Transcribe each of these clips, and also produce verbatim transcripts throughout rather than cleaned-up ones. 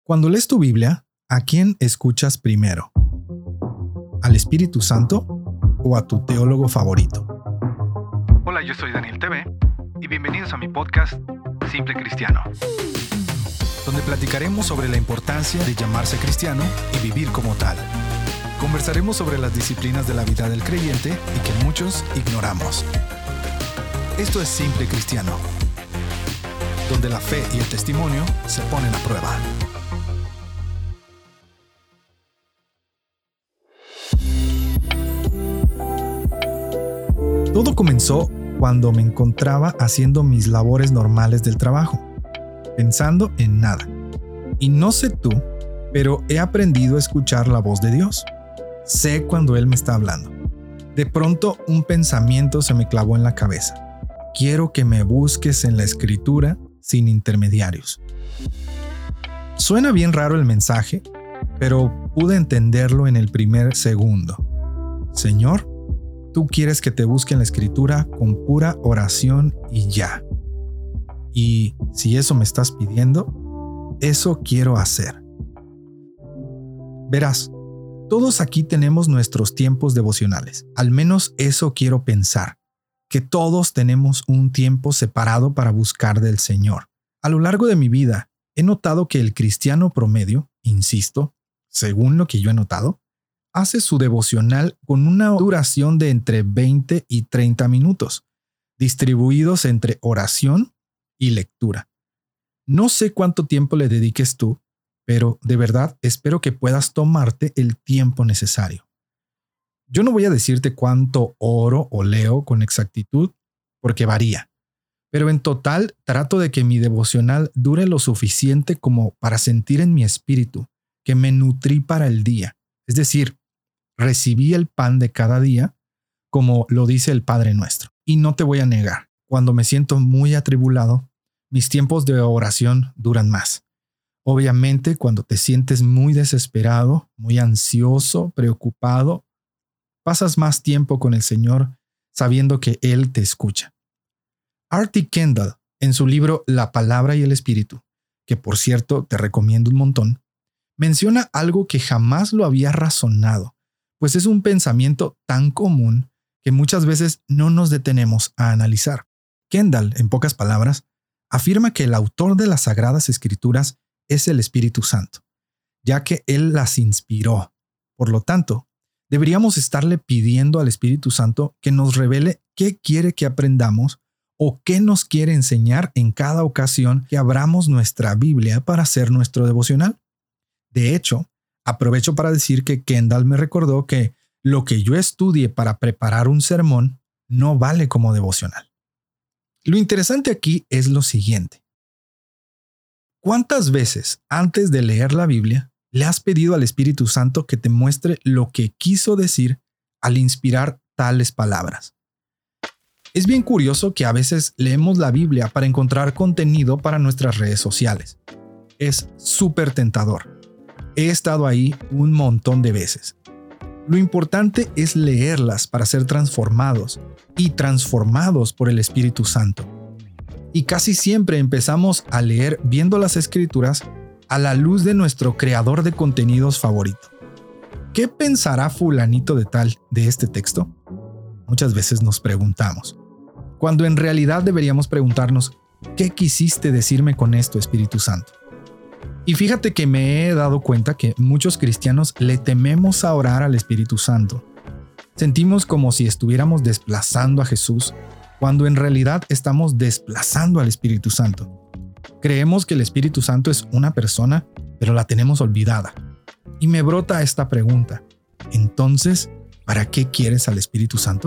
Cuando lees tu Biblia, ¿a quién escuchas primero? ¿Al Espíritu Santo o a tu teólogo favorito? Hola, yo soy Daniel T V y bienvenidos a mi podcast Simple Cristiano, donde platicaremos sobre la importancia de llamarse cristiano y vivir como tal. Conversaremos sobre las disciplinas de la vida del creyente y que muchos ignoramos. Esto es Simple Cristiano, donde la fe y el testimonio se ponen a prueba. Todo comenzó cuando me encontraba haciendo mis labores normales del trabajo, pensando en nada. Y no sé tú, pero he aprendido a escuchar la voz de Dios. Sé cuando Él me está hablando. De pronto un pensamiento se me clavó en la cabeza. Quiero que me busques en la Escritura sin intermediarios. Suena bien raro el mensaje, pero pude entenderlo en el primer segundo. Señor, tú quieres que te busque en la Escritura con pura oración y ya. Y si eso me estás pidiendo, eso quiero hacer. Verás, todos aquí tenemos nuestros tiempos devocionales. Al menos eso quiero pensar, que todos tenemos un tiempo separado para buscar del Señor. A lo largo de mi vida, he notado que el cristiano promedio, insisto, según lo que yo he notado, hace su devocional con una duración de entre veinte y treinta minutos, distribuidos entre oración y lectura. No sé cuánto tiempo le dediques tú, pero de verdad espero que puedas tomarte el tiempo necesario. Yo no voy a decirte cuánto oro o leo con exactitud, porque varía, pero en total trato de que mi devocional dure lo suficiente como para sentir en mi espíritu que me nutrí para el día, es decir, recibí el pan de cada día, como lo dice el Padre Nuestro. Y no te voy a negar, cuando me siento muy atribulado, mis tiempos de oración duran más. Obviamente, cuando te sientes muy desesperado, muy ansioso, preocupado, pasas más tiempo con el Señor sabiendo que Él te escucha. R T Kendall, en su libro La Palabra y el Espíritu, que por cierto te recomiendo un montón, menciona algo que jamás lo había razonado, pues es un pensamiento tan común que muchas veces no nos detenemos a analizar. Kendall, en pocas palabras, afirma que el autor de las Sagradas Escrituras es el Espíritu Santo, ya que Él las inspiró. Por lo tanto, deberíamos estarle pidiendo al Espíritu Santo que nos revele qué quiere que aprendamos o qué nos quiere enseñar en cada ocasión que abramos nuestra Biblia para hacer nuestro devocional. De hecho, aprovecho para decir que Kendall me recordó que lo que yo estudie para preparar un sermón no vale como devocional. Lo interesante aquí es lo siguiente. ¿Cuántas veces antes de leer la Biblia le has pedido al Espíritu Santo que te muestre lo que quiso decir al inspirar tales palabras? Es bien curioso que a veces leemos la Biblia para encontrar contenido para nuestras redes sociales. Es súper tentador. He estado ahí un montón de veces. Lo importante es leerlas para ser transformados y transformados por el Espíritu Santo. Y casi siempre empezamos a leer viendo las Escrituras a la luz de nuestro creador de contenidos favorito. ¿Qué pensará fulanito de tal de este texto? Muchas veces nos preguntamos, cuando en realidad deberíamos preguntarnos, ¿qué quisiste decirme con esto, Espíritu Santo? Y fíjate que me he dado cuenta que muchos cristianos le tememos a orar al Espíritu Santo. Sentimos como si estuviéramos desplazando a Jesús, cuando en realidad estamos desplazando al Espíritu Santo. Creemos que el Espíritu Santo es una persona, pero la tenemos olvidada. Y me brota esta pregunta. Entonces, ¿para qué quieres al Espíritu Santo?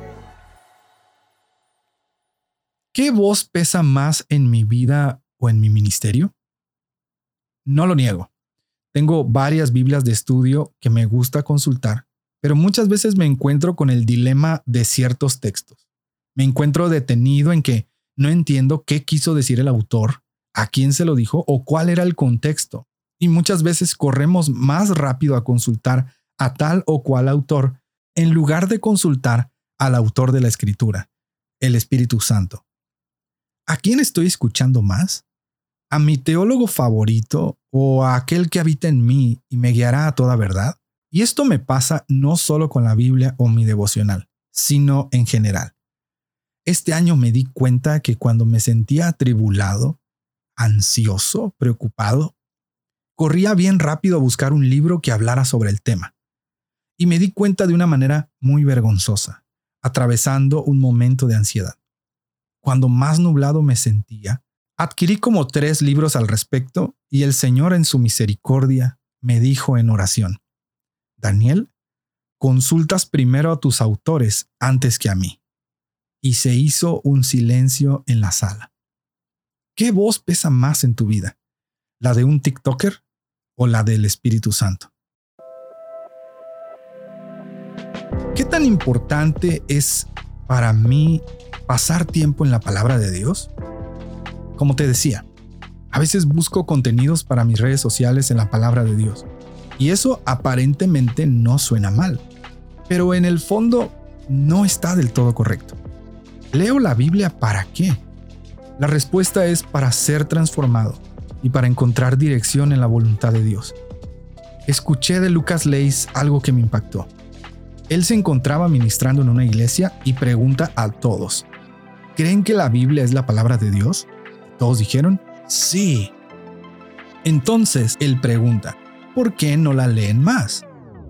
¿Qué voz pesa más en mi vida o en mi ministerio? No lo niego. Tengo varias Biblias de estudio que me gusta consultar, pero muchas veces me encuentro con el dilema de ciertos textos. Me encuentro detenido en que no entiendo qué quiso decir el autor, a quién se lo dijo o cuál era el contexto. Y muchas veces corremos más rápido a consultar a tal o cual autor en lugar de consultar al autor de la Escritura, el Espíritu Santo. ¿A quién estoy escuchando más? ¿A mi teólogo favorito o a aquel que habita en mí y me guiará a toda verdad? Y esto me pasa no solo con la Biblia o mi devocional, sino en general. Este año me di cuenta que cuando me sentía atribulado, ansioso, preocupado, corría bien rápido a buscar un libro que hablara sobre el tema. Y me di cuenta de una manera muy vergonzosa, atravesando un momento de ansiedad. Cuando más nublado me sentía, adquirí como tres libros al respecto y el Señor en su misericordia me dijo en oración: Daniel, consultas primero a tus autores antes que a mí. Y se hizo un silencio en la sala. ¿Qué voz pesa más en tu vida? ¿La de un TikToker o la del Espíritu Santo? ¿Qué tan importante es para mí pasar tiempo en la palabra de Dios? Como te decía, a veces busco contenidos para mis redes sociales en la palabra de Dios. Y eso aparentemente no suena mal, pero en el fondo no está del todo correcto. ¿Leo la Biblia para qué? La respuesta es para ser transformado y para encontrar dirección en la voluntad de Dios. Escuché de Lucas Leis algo que me impactó. Él se encontraba ministrando en una iglesia y pregunta a todos: ¿creen que la Biblia es la palabra de Dios? Todos dijeron, sí. Entonces él pregunta: ¿por qué no la leen más?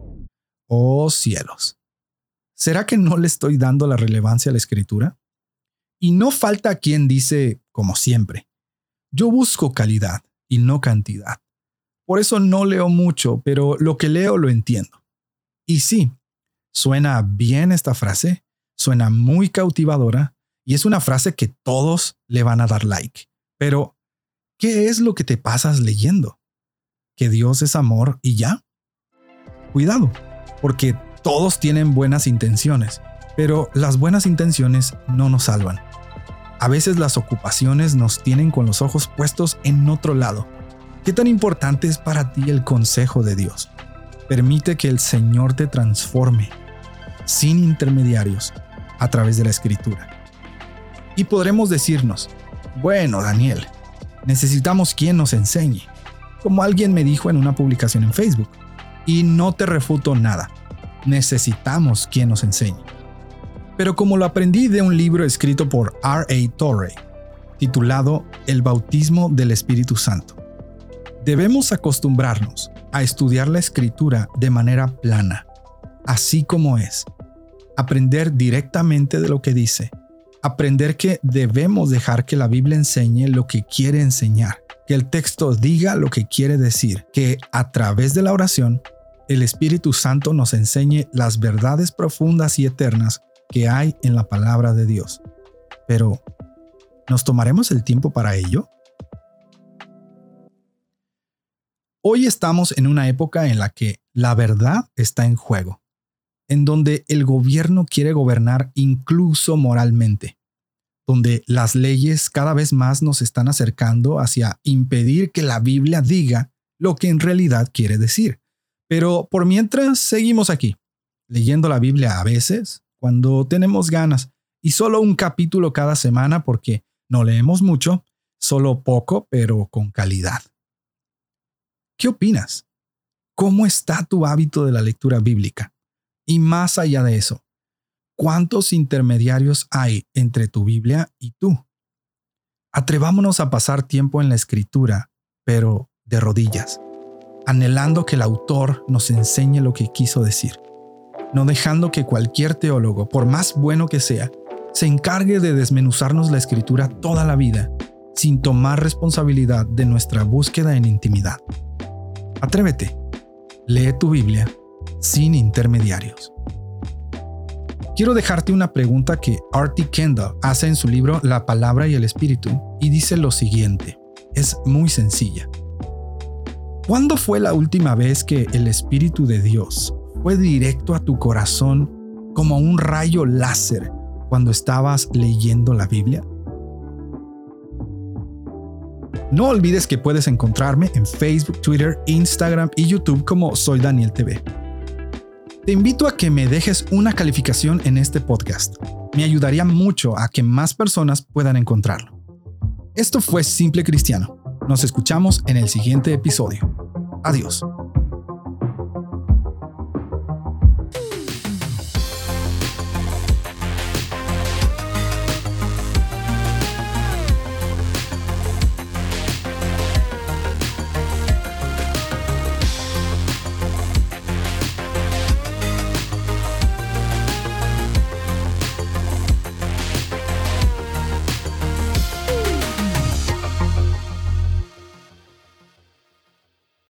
Oh cielos. ¿Será que no le estoy dando la relevancia a la Escritura? Y no falta quien dice, como siempre, yo busco calidad y no cantidad. Por eso no leo mucho, pero lo que leo lo entiendo. Y sí, suena bien esta frase, suena muy cautivadora y es una frase que todos le van a dar like. Pero, ¿qué es lo que te pasas leyendo? ¿Que Dios es amor y ya? Cuidado, porque todos tienen buenas intenciones, pero las buenas intenciones no nos salvan. A veces las ocupaciones nos tienen con los ojos puestos en otro lado. ¿Qué tan importante es para ti el consejo de Dios? Permite que el Señor te transforme, sin intermediarios, a través de la Escritura. Y podremos decirnos, bueno, Daniel, necesitamos quien nos enseñe, como alguien me dijo en una publicación en Facebook. Y no te refuto nada. Necesitamos quien nos enseñe. Pero como lo aprendí de un libro escrito por R A Torrey, titulado El bautismo del Espíritu Santo, debemos acostumbrarnos a estudiar la Escritura de manera plana, así como es. Aprender directamente de lo que dice. Aprender que debemos dejar que la Biblia enseñe lo que quiere enseñar, que el texto diga lo que quiere decir, que a través de la oración, el Espíritu Santo nos enseñe las verdades profundas y eternas que hay en la palabra de Dios. Pero, ¿nos tomaremos el tiempo para ello? Hoy estamos en una época en la que la verdad está en juego, en donde el gobierno quiere gobernar incluso moralmente, donde las leyes cada vez más nos están acercando hacia impedir que la Biblia diga lo que en realidad quiere decir. Pero por mientras seguimos aquí, leyendo la Biblia a veces, cuando tenemos ganas, y solo un capítulo cada semana porque no leemos mucho, solo poco, pero con calidad. ¿Qué opinas? ¿Cómo está tu hábito de la lectura bíblica? Y más allá de eso, ¿cuántos intermediarios hay entre tu Biblia y tú? Atrevámonos a pasar tiempo en la Escritura, pero de rodillas, anhelando que el autor nos enseñe lo que quiso decir, no dejando que cualquier teólogo, por más bueno que sea, se encargue de desmenuzarnos la Escritura toda la vida, sin tomar responsabilidad de nuestra búsqueda en intimidad. Atrévete, lee tu Biblia sin intermediarios. Quiero dejarte una pregunta que R T Kendall hace en su libro La Palabra y el Espíritu y dice lo siguiente, es muy sencilla. ¿Cuándo fue la última vez que el Espíritu de Dios fue directo a tu corazón como un rayo láser cuando estabas leyendo la Biblia? No olvides que puedes encontrarme en Facebook, Twitter, Instagram y YouTube como Soy Daniel T V. Te invito a que me dejes una calificación en este podcast. Me ayudaría mucho a que más personas puedan encontrarlo. Esto fue Simple Cristiano. Nos escuchamos en el siguiente episodio. Adiós.